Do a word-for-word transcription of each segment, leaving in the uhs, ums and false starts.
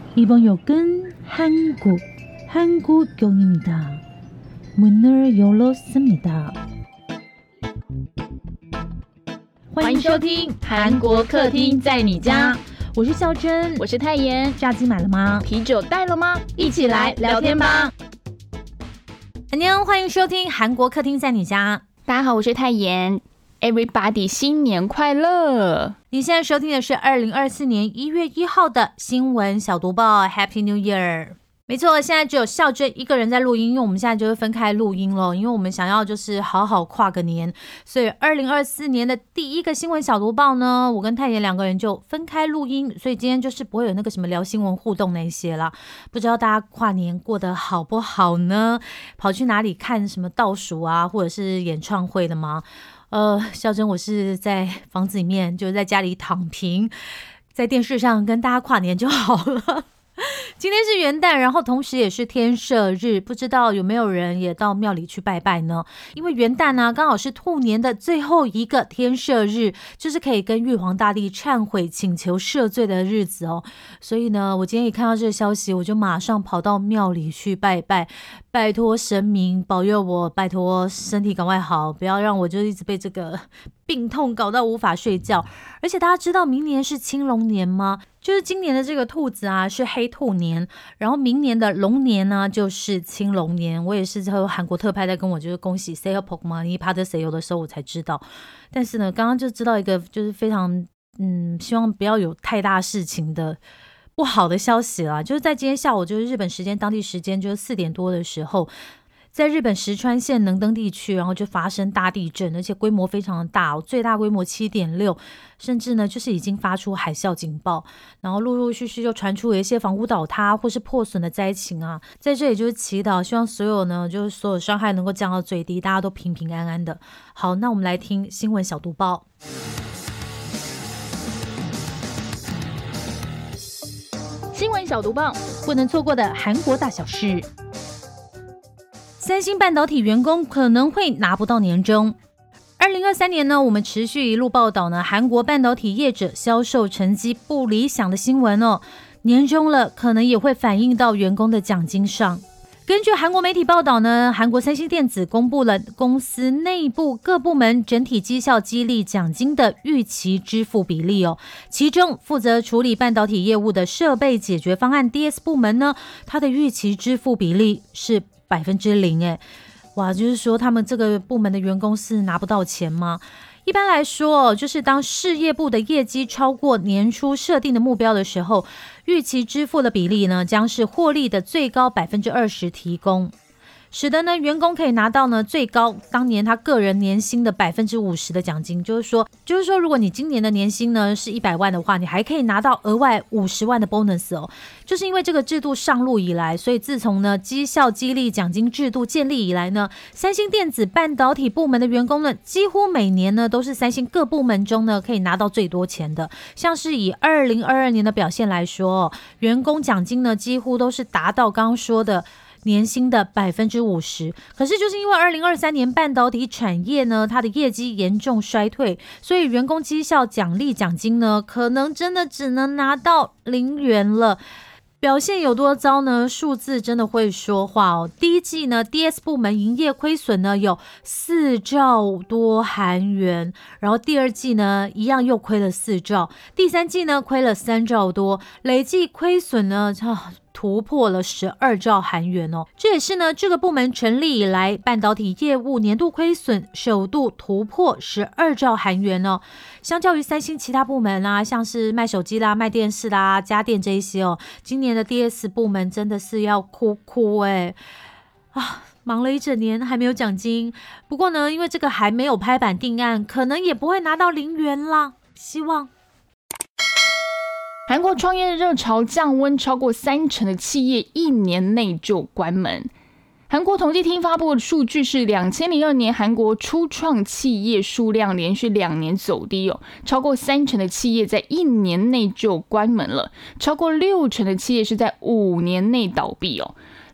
이번 역은 한국, 한국역입니다. 문을 열었습니다. 欢迎收听韩国客厅在你家， 我是孝珍， 我是泰妍。 炸鸡买了吗？ 啤酒带了吗？一起来聊天吧。 안녕，欢迎收听韩国客厅在你家。 大家好，我是泰妍。Everybody， 新年快乐！ 你现在收听的是二零二四年一月一号的新闻小读报 ，Happy New Year！ 没错，现在只有孝珍一个人在录音，因为我们现在就会分开录音了，因为我们想要就是好好跨个年，所以二零二四年的第一个新闻小读报呢，我跟泰妍两个人就分开录音，所以今天就是不会有那个什么聊新闻互动那些啦。不知道大家跨年过得好不好呢？跑去哪里看什么倒数啊，或者是演唱会的吗？呃，孝珍，我是在房子里面，就是在家里躺平，在电视上跟大家跨年就好了。今天是元旦，然后同时也是天赦日，不知道有没有人也到庙里去拜拜呢？因为元旦呢，刚好是兔年的最后一个天赦日，就是可以跟玉皇大帝忏悔、请求赦罪的日子哦。所以呢，我今天一看到这个消息，我就马上跑到庙里去拜拜，拜托神明保佑我，拜托身体赶快好，不要让我就一直被这个病痛搞到无法睡觉。而且大家知道明年是青龙年吗？就是今年的这个兔子啊是黑兔年，然后明年的龙年呢就是青龙年。我也是在韩国特派在跟我就是恭喜 say up 嘛，你爬的谁有的时候我才知道。但是呢，刚刚就知道一个就是非常嗯，希望不要有太大事情的不好的消息啦。就是在今天下午，就是日本时间当地时间就是四点多的时候，在日本石川县能登地区，然后就发生大地震，而且规模非常的大，最大规模 七点六， 甚至呢就是已经发出海啸警报，然后陆陆续续就传出有一些房屋倒塌或是破损的灾情啊。在这里就是祈祷，希望所有呢就是所有伤害能够降到最低，大家都平平安安的。好，那我们来听新闻小读报。 新闻小读报， 不能错过的韩国大小事。三星半导体员工可能会拿不到年终。二零二三年呢，我们持续一路报道呢，韩国半导体业者销售成绩不理想的新闻哦。年终了，可能也会反映到员工的奖金上。根据韩国媒体报道呢，韩国三星电子公布了公司内部各部门整体绩效激励奖金的预期支付比例哦。其中负责处理半导体业务的设备解决方案 D S 部门呢，它的预期支付比例是百分之零哎，哇，就是说他们这个部门的员工是拿不到钱吗？一般来说，就是当事业部的业绩超过年初设定的目标的时候，预期支付的比例呢，将是获利的最高百分之二十提供，使得呢员工可以拿到呢最高当年他个人年薪的百分之五十的奖金。就是说，就是说，如果你今年的年薪呢是一百万的话，你还可以拿到额外五十万的 bonus 哦。就是因为这个制度上路以来，所以自从呢绩效激励奖金制度建立以来呢，三星电子半导体部门的员工呢，几乎每年呢都是三星各部门中呢可以拿到最多钱的。像是以二零二二年的表现来说、哦，员工奖金呢几乎都是达到刚刚说的年薪的百分之五十。可是就是因为二零二三年半导体产业呢，它的业绩严重衰退，所以员工绩效奖励奖金呢，可能真的只能拿到零元了。表现有多糟呢？数字真的会说话哦。第一季呢 ，D S 部门营业亏损呢有四兆多韩元，然后第二季呢一样又亏了四兆，第三季呢亏了三兆多，累计亏损呢啊突破了十二兆韩元哦。这也是呢这个部门成立以来半导体业务年度亏损首度突破十二兆韩元哦。相较于三星其他部门啊，像是卖手机啦、卖电视啦、家电这一些哦，今年的 D S 部门真的是要哭哭哎啊！忙了一整年还没有奖金，不过呢，因为这个还没有拍板定案，可能也不会拿到零元啦。希望。 韩国创业热潮降温，超过三成的企业一年内就关门。韩国统计厅发布的数据是，两千零二年韩国初创企业数量连续两年走低哦，超过三成的企业在一年内就关门了，超过六成的企业是在五年内倒闭哦。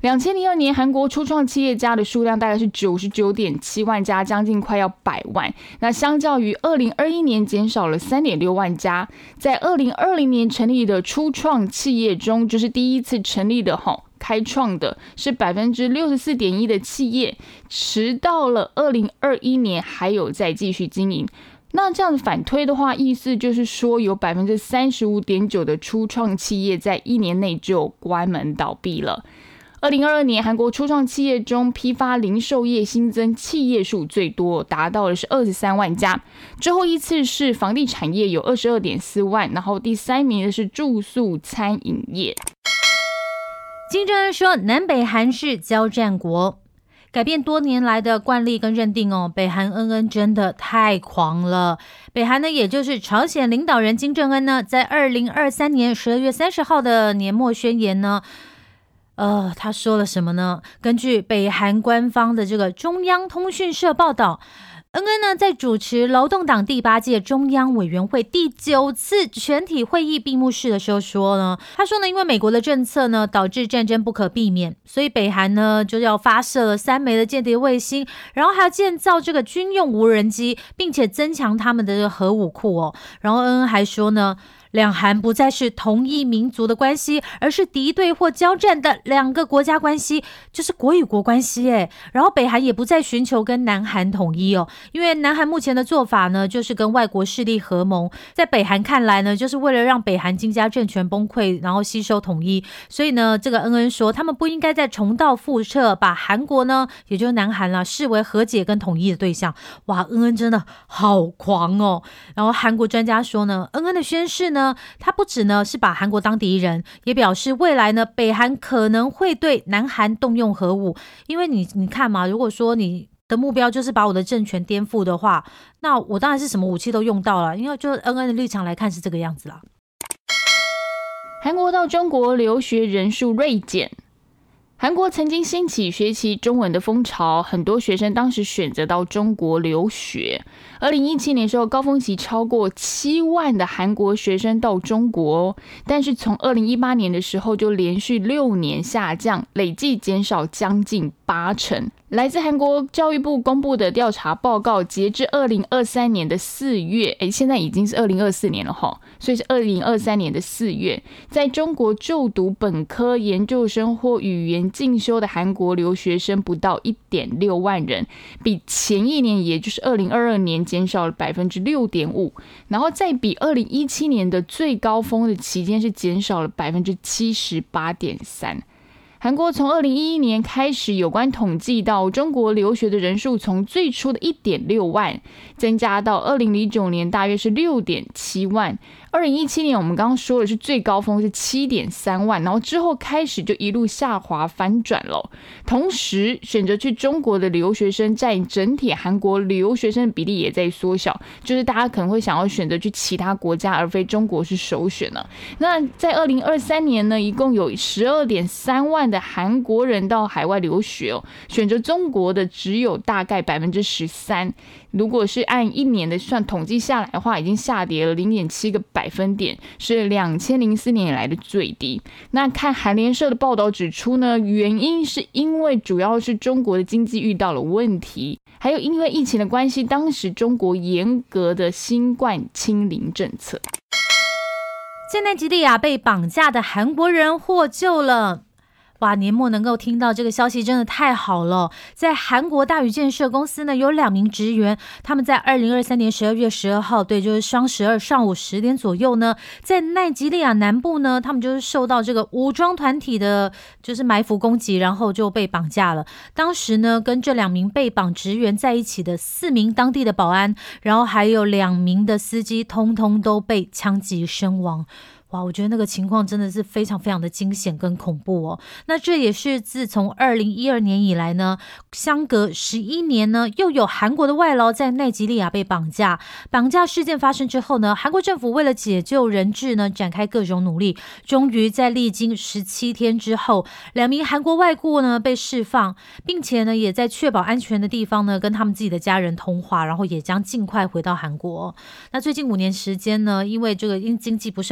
两千零二年韩国初创企业家的数量大概是九十九点七万家，将近快要百万。那相较于二零二一年减少了 三点六万家。在二零二零年成立的初创企业中，就是第一次成立的齁开创的是 百分之六十四点一 的企业，直到了二零二一年还有再继续经营。那这样反推的话，意思就是说有 百分之三十五点九 的初创企业在一年内就关门倒闭了。二零二二年韩国初创企业中，批发零售业新增企业数最多，达到的是二十三万家，之后依次是房地产业有 二十二点四万，然后第三名的是住宿餐饮业。 金正恩说南北韩是交战国，改变多年来的惯例跟认定哦，北韩恩恩真的太狂了。北韩呢，也就是朝鲜领导人金正恩呢，在二零二三年十二月三十号的年末宣言呢，呃，他说了什么呢？根据北韩官方的这个中央通讯社报道，恩恩呢在主持劳动党第八届中央委员会第九次全体会议闭幕式的时候说呢，他说呢，因为美国的政策呢导致战争不可避免，所以北韩呢就要发射了三枚的间谍卫星，然后还要建造这个军用无人机，并且增强他们的这个核武库哦。然后恩恩还说呢，两韩不再是同一民族的关系，而是敌对或交战的两个国家关系，就是国与国关系耶。然后北韩也不再寻求跟南韩统一哦，因为南韩目前的做法呢，就是跟外国势力合盟，在北韩看来呢，就是为了让北韩金家政权崩溃，然后吸收统一。所以呢，这个恩恩说，他们不应该再重蹈覆辙，把韩国呢，也就是南韩啦，视为和解跟统一的对象。哇，恩恩真的好狂哦。然后韩国专家说呢，恩恩的宣誓呢，他不只呢是把韩国当敌人，也表示未来呢北韩可能会对南韩动用核武。因为你你看嘛，如果说你的目标就是把我的政权颠覆的话，那我当然是什么武器都用到了。因为就恩恩的立场来看是这个样子啦。 韩国到中国留学人数锐减。韩国曾经兴起学习中文的风潮，很多学生当时选择到中国留学。二零一七年的时候，高峰期超过七万的韩国学生到中国，但是从二零一八年的时候就连续六年下降，累计减少将近八成。来自韩国教育部公布的调查报告，截至二零二三年的四月，诶，现在已经是二零二四年了齁，所以是二零二三年的四月，在中国就读本科、研究生或语言进修的韩国留学生不到 一点六万人，比前一年也就是二零二二年减少了 百分之六点五， 然后再比二零一七年的最高峰的期间是减少了 百分之七十八点三。韩国从二零一一年开始有关统计到中国留学的人数从最初的 一点六万增加到二零零九年大约是 六点七万，二零一七年我们刚刚说的是最高峰是 七点三万，然后之后开始就一路下滑反转了。同时选择去中国的留学生占整体韩国留学生的比例也在缩小，就是大家可能会想要选择去其他国家而非中国是首选了。那在二零二三年呢，一共有 十二点三万的韩国人到海外留学哦，选择中国的只有大概 百分之十三， 如果是按一年的算统计下来的话，已经下跌了 零点七个百分点，是两千零四年以来的最低。那看韩联社的报道指出呢，原因是因为主要是中国的经济遇到了问题，还有因为疫情的关系，当时中国严格的新冠清零政策。 在奈及利亚被绑架的韩国人获救了。哇，年末能够听到这个消息真的太好了。在韩国大宇建设公司呢，有两名职员，他们在二零二三年十二月十二号，对，就是双十二上午十点左右呢，在奈及利亚南部呢，他们就是受到这个武装团体的就是埋伏攻击，然后就被绑架了。当时呢，跟这两名被绑职员在一起的四名当地的保安，然后还有两名的司机，通通都被枪击身亡。哇，我觉得那个情况真的是非常非常的惊险跟恐怖哦。那这也是自从二零一二年以来呢，相隔十一年呢，又有韩国的外劳在奈及利亚被绑架。绑架事件发生之后呢，韩国政府为了解救人质呢，展开各种努力，终于在历经十七天之后，两名韩国外雇呢被释放，并且呢也在确保安全的地方呢跟他们自己的家人通话，然后也将尽快回到韩国。那最近五年时间呢，因为这个因经济不是很好，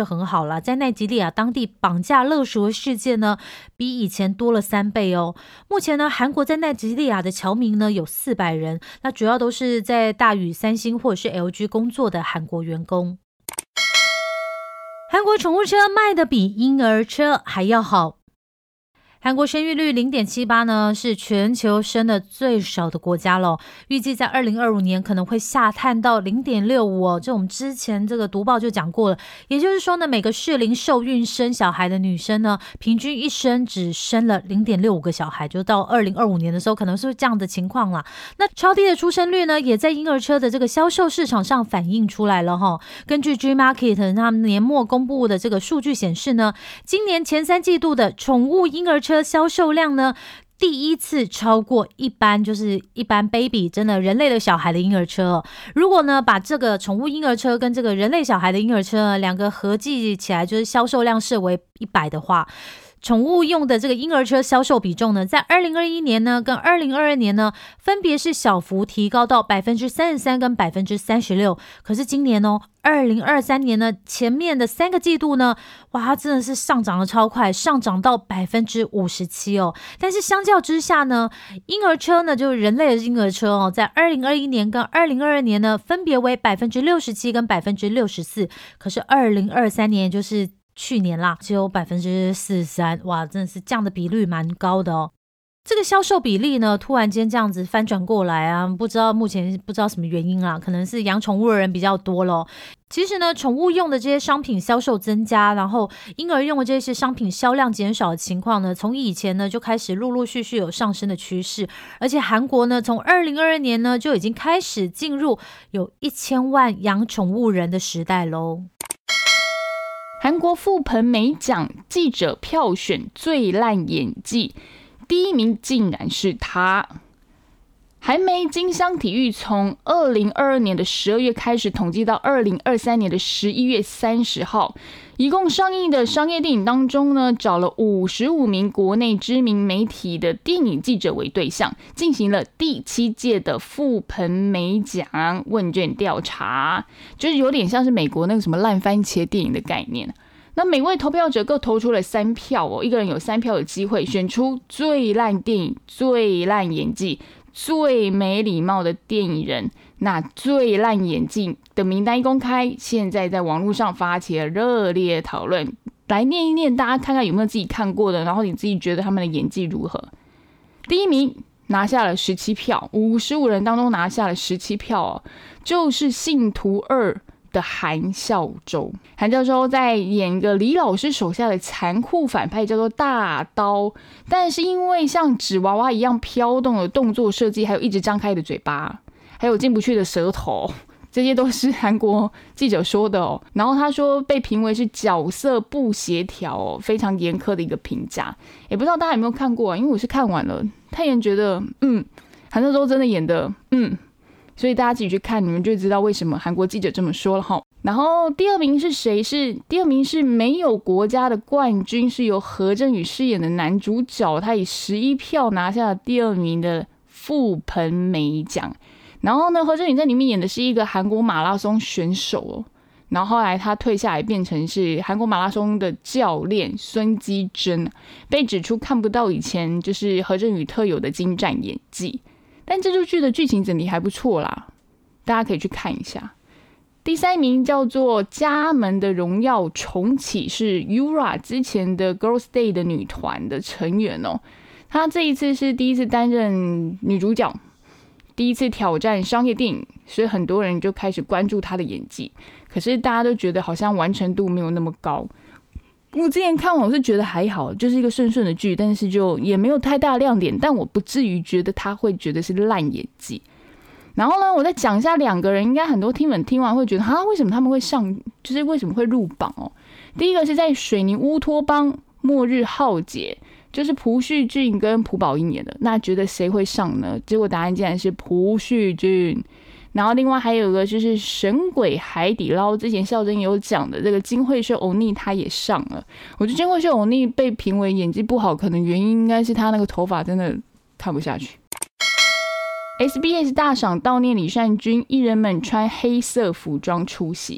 少啦，在奈及利亚当地绑架勒赎的事件呢，比以前多了三倍哦。目前呢，韩国在奈及利亚的侨民呢有四百人，那主要都是在大宇、三星或者是 L G 工作的韩国员工。韩国宠物车卖的比婴儿车还要好。韩国生育率 零点七八 呢，是全球生的最少的国家了，预计在二零二五年可能会下探到 零点六五 哦。这我们之前这个读报就讲过了，也就是说呢，每个适龄受孕生小孩的女生呢，平均一生只生了 零点六五 个小孩，就到二零二五年的时候可能是这样的情况啦。那超低的出生率呢，也在婴儿车的这个销售市场上反映出来了哈。根据 G Market 他们年末公布的这个数据显示呢，今年前三季度的宠物婴儿车销售量呢，第一次超过一般就是一般 baby 真的人类的小孩的婴儿车哦。如果呢把这个宠物婴儿车跟这个人类小孩的婴儿车两个合计起来，就是销售量设为一百的话，宠物用的这个婴儿车销售比重呢，在二零二一年呢跟二零二二年呢，分别是小幅提高到 百分之三十三 跟 百分之三十六。可是今年哦二零二三年呢，前面的三个季度呢，哇，它真的是上涨的超快，上涨到 百分之五十七 哦。但是相较之下呢，婴儿车呢，就是人类的婴儿车哦，在二零二一年跟二零二二年呢，分别为 百分之六十七 跟 百分之六十四。可是二零二三年就是去年啦，只有 百分之四十三， 哇，真的是这样的比率蛮高的哦。这个销售比例呢，突然间这样子翻转过来啊，不知道目前不知道什么原因啦，可能是养宠物的人比较多咯。其实呢，宠物用的这些商品销售增加，然后婴儿用的这些商品销量减少的情况呢，从以前呢就开始陆陆续续有上升的趋势。而且韩国呢，从二零二二年呢就已经开始进入有一千万养宠物人的时代咯。 韩国富盆美奖记者票选最烂演技，第一名竟然是他。韩媒金商体育从二零二二年的十二月开始统计到二零二三年的十一月三十号，一共上映的商业电影当中呢，找了五十五名国内知名媒体的电影记者为对象，进行了第七届的富盆美奖问卷调查，就是有点像是美国那个什么烂番茄电影的概念。那每位投票者各投出了三票哦，一个人有三票的机会选出最烂电影、最烂演技、最没礼貌的电影人。那最烂演技的名单一公开，现在在网络上发起了热烈讨论，来念一念，大家看看有没有自己看过的，然后你自己觉得他们的演技如何。第一名拿下了十七票，五十五人当中拿下了十七票哦，就是《信徒二》的韩孝周。韩孝周在演一个李老师手下的残酷反派，叫做大刀，但是因为像纸娃娃一样飘动的动作设计，还有一直张开的嘴巴，还有进不去的舌头，这些都是韩国记者说的哦。然后他说被评为是角色不协调哦，非常严苛的一个评价。也不知道大家有没有看过啊？因为我是看完了，太妍觉得嗯，韩孝周真的演的嗯。所以大家自己去看，你们就知道为什么韩国记者这么说了齁。然后第二名是谁？是第二名是没有国家的冠军，是由何振宇饰演的男主角，他以十一票拿下了第二名的富盆美奖。然后呢，何振宇在里面演的是一个韩国马拉松选手哦，然后后来他退下来变成是韩国马拉松的教练孙基珍，被指出看不到以前就是何振宇特有的精湛演技。但这部剧的剧情整体还不错啦，大家可以去看一下。第三名叫做《家门的荣耀》重启，是 U R A 之前的 Girls Day 的女团的成员哦。她这一次是第一次担任女主角，第一次挑战商业电影，所以很多人就开始关注她的演技。可是大家都觉得好像完成度没有那么高。我之前看完我是觉得还好，就是一个顺顺的剧，但是就也没有太大亮点，但我不至于觉得他会觉得是烂演技。然后呢，我再讲一下两个人，应该很多听粉听完会觉得哈，为什么他们会上，就是为什么会入榜哦？第一个是在水泥乌托邦末日浩劫，就是朴叙俊跟朴宝英演的，那觉得谁会上呢？结果答案竟然是朴叙俊。然后另外还有一个就是神鬼海底捞，之前孝真有讲的这个金惠秀欧尼他也上了。我觉得金惠秀欧尼被评为演技不好，可能原因应该是他那个头发真的看不下去。S B S 大赏悼念李善均，艺人们穿黑色服装出席。这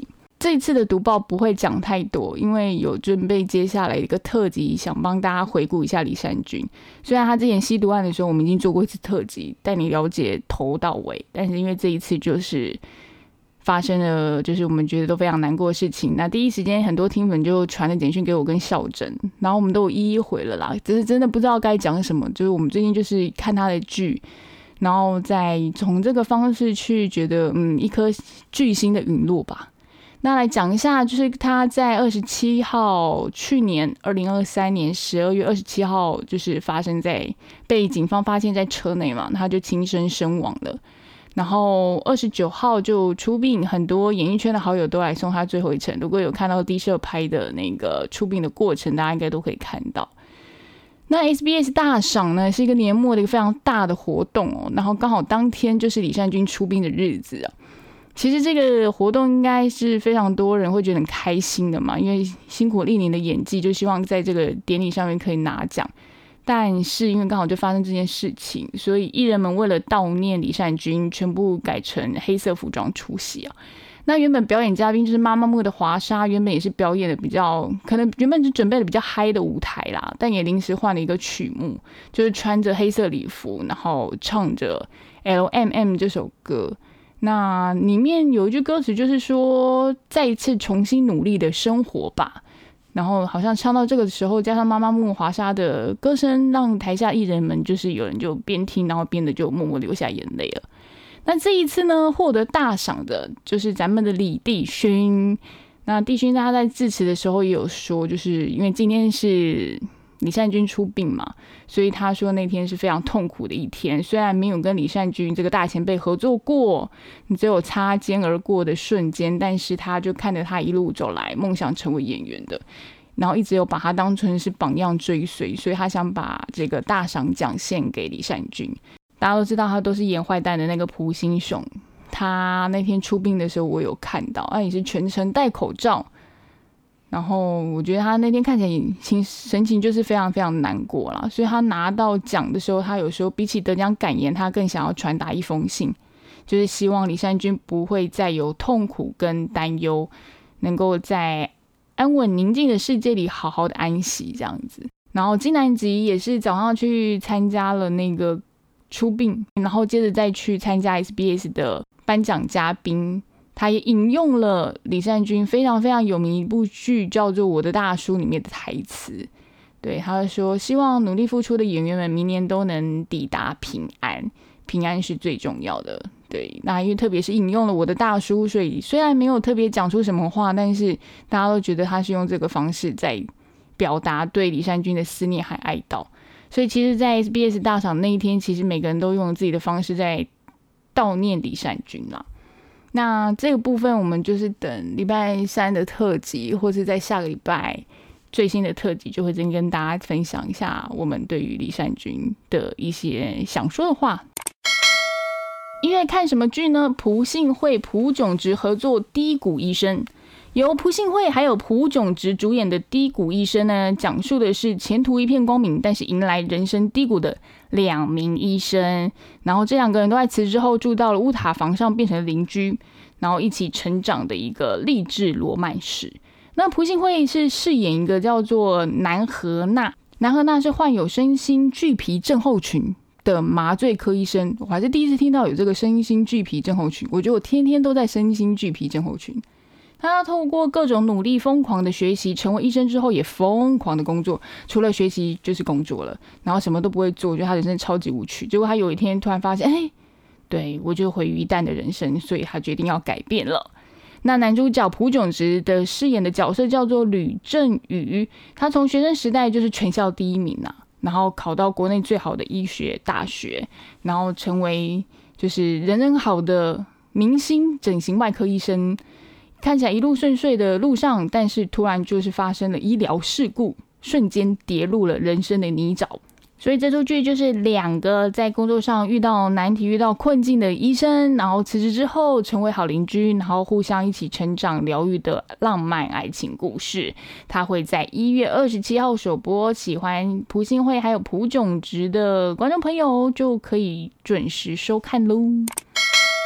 这一次的读报不会讲太多，因为有准备接下来一个特辑，想帮大家回顾一下李善均。虽然他之前吸毒案的时候我们已经做过一次特辑，带你了解头到尾，但是因为这一次就是发生了就是我们觉得都非常难过的事情，那第一时间很多听粉就传了简讯给我跟孝珍，然后我们都有一一回了啦，只是真的不知道该讲什么，就是我们最近就是看他的剧，然后再从这个方式去觉得嗯一颗巨星的陨落吧。那来讲一下，就是他在二十七号，去年二零二三年十二月二十七号，就是发生在被警方发现在车内嘛，他就轻生身亡了。然后二十九号就出殡，很多演艺圈的好友都来送他最后一程。如果有看到 D 社拍的那个出殡的过程，大家应该都可以看到。那 S B S 大赏呢，是一个年末的一个非常大的活动哦，然后刚好当天就是李善均出殡的日子啊。其实这个活动应该是非常多人会觉得很开心的嘛，因为辛苦历年的演技，就希望在这个典礼上面可以拿奖。但是因为刚好就发生这件事情，所以艺人们为了悼念李善均，全部改成黑色服装出席啊。那原本表演嘉宾就是妈妈木的华莎，原本也是表演的比较，可能原本就准备了比较嗨的舞台啦，但也临时换了一个曲目，就是穿着黑色礼服，然后唱着 L M M 这首歌。那里面有一句歌词就是说再一次重新努力的生活吧，然后好像唱到这个时候，加上妈妈木华莎的歌声，让台下艺人们就是有人就边听然后边的就默默流下眼泪了。那这一次呢，获得大赏的就是咱们的李帝勋。那帝勋他在致辞的时候也有说，就是因为今天是李善均出殡嘛，所以他说那天是非常痛苦的一天，虽然没有跟李善均这个大前辈合作过，你只有擦肩而过的瞬间，但是他就看着他一路走来，梦想成为演员的，然后一直有把他当成是榜样追随，所以他想把这个大赏奖献给李善均。大家都知道他都是演坏蛋的那个蒲星雄，他那天出殡的时候我有看到，他也是全程戴口罩，然后我觉得他那天看起来神情就是非常非常难过啦，所以他拿到奖的时候，他有时候比起得奖感言，他更想要传达一封信，就是希望李善均不会再有痛苦跟担忧，能够在安稳宁静的世界里好好的安息这样子。然后金南吉也是早上去参加了那个出殡，然后接着再去参加 S B S 的颁奖嘉宾，他也引用了李善均非常非常有名一部剧叫做《我的大叔》里面的台词。对，他说希望努力付出的演员们明年都能抵达平安，平安是最重要的。对，那因为特别是引用了我的大叔，所以虽然没有特别讲出什么话，但是大家都觉得他是用这个方式在表达对李善均的思念和哀悼。所以其实在 S B S 大赏那一天，其实每个人都用自己的方式在悼念李善均啦。那这个部分我们就是等礼拜三的特辑，或是在下个礼拜最新的特辑，就会真跟大家分享一下我们对于李善均的一些想说的话。因为看什么剧呢？朴信惠、朴炯植合作《低谷医生》，由朴信惠还有朴炯植主演的《低谷医生》呢，讲述的是前途一片光明，但是迎来人生低谷的两名医生。然后这两个人都在辞职后住到了乌塔房上，变成了邻居，然后一起成长的一个励志罗曼史。那朴信惠是饰演一个叫做南河娜，南河娜是患有身心俱疲症候群的麻醉科医生，我还是第一次听到有这个身心俱疲症候群，我觉得我天天都在身心俱疲症候群。他要透过各种努力疯狂的学习，成为医生之后也疯狂的工作，除了学习就是工作了，然后什么都不会做，我觉得他人生超级无趣。结果他有一天突然发现，哎，对，我就毁于一旦的人生，所以他决定要改变了。那男主角朴炯植的饰演的角色叫做吕正宇，他从学生时代就是全校第一名啊，然后考到国内最好的医学大学，然后成为就是人人好的明星整形外科医生。看起来一路顺遂的路上，但是突然就是发生了医疗事故，瞬间跌入了人生的泥沼。所以这出剧就是两个在工作上遇到难题、遇到困境的医生，然后辞职之后成为好邻居，然后互相一起成长疗愈的浪漫爱情故事。它会在一月二十七号首播，喜欢朴信惠还有朴炯植的观众朋友就可以准时收看喽。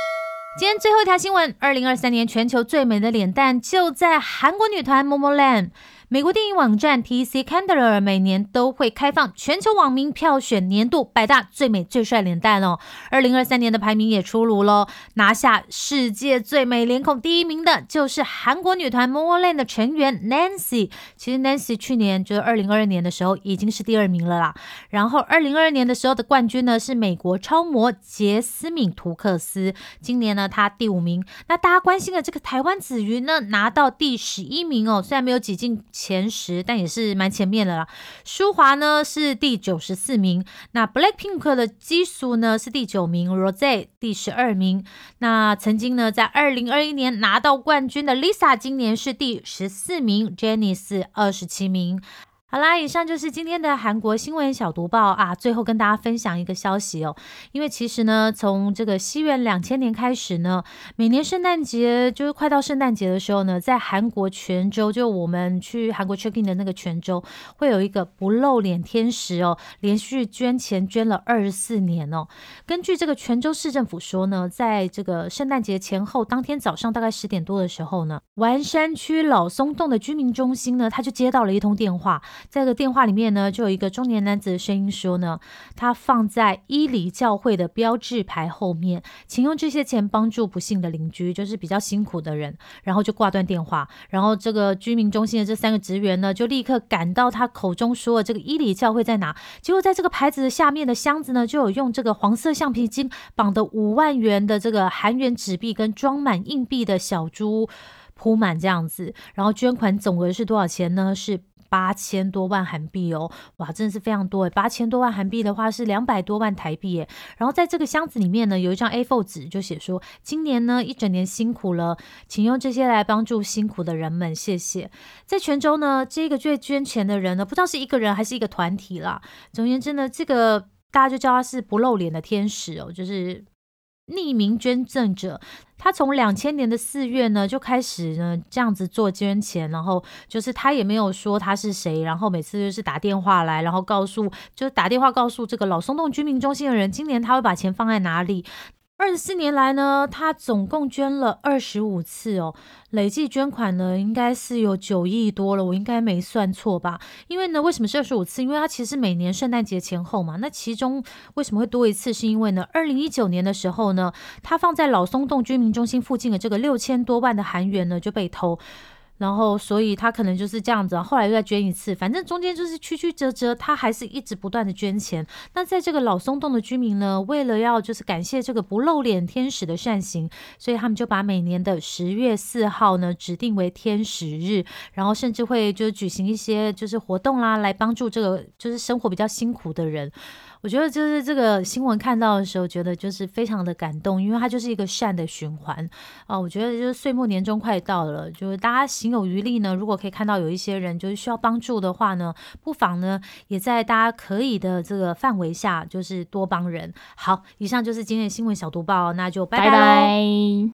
今天最后一条新闻，二零二三年全球最美的脸蛋就在韩国女团 Momoland。美国电影网站 T C Candler 每年都会开放全球网民票选年度百大最美最帅脸蛋哦。二零二三年的排名也出炉咯，拿下世界最美脸孔第一名的就是韩国女团 Momoland 的成员 Nancy。其实 Nancy 去年就是二零二二年的时候已经是第二名了啦。然后二零二二年的时候的冠军呢是美国超模杰斯敏图克斯，今年呢她第五名。那大家关心的这个台湾子瑜呢拿到第十一名哦，虽然没有挤进前十，但也是蛮前面的啦。舒华呢是第九十四名，那 Blackpink 的基素呢是第九名 ，Rosé 第十二名。那曾经呢在二零二一年拿到冠军的 Lisa 今年是第十四名 ，Jennie 二十七名。好啦，以上就是今天的韩国新闻小读报啊。最后跟大家分享一个消息哦，因为其实呢，从这个西元两千年开始呢，每年圣诞节就是快到圣诞节的时候呢，在韩国全州，就我们去韩国 check in 的那个全州，会有一个不露脸天使哦，连续捐钱捐了二十四年哦。根据这个全州市政府说呢，在这个圣诞节前后当天早上大概十点多的时候呢，丸山区老松洞的居民中心呢，他就接到了一通电话。在这个电话里面呢，就有一个中年男子的声音说呢，他放在伊犁教会的标志牌后面，请用这些钱帮助不幸的邻居，就是比较辛苦的人，然后就挂断电话。然后这个居民中心的这三个职员呢，就立刻赶到他口中说的这个伊犁教会在哪。结果在这个牌子的下面的箱子呢，就有用这个黄色橡皮筋绑的五万元的这个韩元纸币跟装满硬币的小猪铺满这样子。然后捐款总额是多少钱呢？是八千多万韩币哦，哇，真的是非常多诶，八千多万韩币的话是两百多万台币耶。然后在这个箱子里面呢，有一张 A 四 纸，就写说，今年呢一整年辛苦了，请用这些来帮助辛苦的人们，谢谢。在泉州呢，这个最捐钱的人呢，不知道是一个人还是一个团体啦。总而言之呢，这个大家就叫他是不露脸的天使哦，就是匿名捐赠者。他从两千年的四月呢就开始呢这样子做捐钱，然后就是他也没有说他是谁，然后每次就是打电话来，然后告诉就是打电话告诉这个老松洞居民中心的人，今年他会把钱放在哪里。二十四年来呢，他总共捐了二十五次哦，累计捐款呢应该是有九亿多了，我应该没算错吧？因为呢，为什么是二十五次？因为他其实每年圣诞节前后嘛，那其中为什么会多一次？是因为呢，二零一九年的时候呢，他放在老松洞居民中心附近的这个六千多万的韩元呢就被偷。然后所以他可能就是这样子，后来又再捐一次，反正中间就是曲曲折折，他还是一直不断的捐钱。那在这个老松洞的居民呢，为了要就是感谢这个不露脸天使的善行，所以他们就把每年的十月四号呢指定为天使日，然后甚至会就是举行一些就是活动啦，来帮助这个就是生活比较辛苦的人。我觉得就是这个新闻看到的时候，觉得就是非常的感动，因为它就是一个善的循环啊。我觉得就是岁末年终快到了，就是大家行有余力呢，如果可以看到有一些人就是需要帮助的话呢，不妨呢也在大家可以的这个范围下，就是多帮人。好，以上就是今天的新闻小读报，那就拜拜。 拜拜。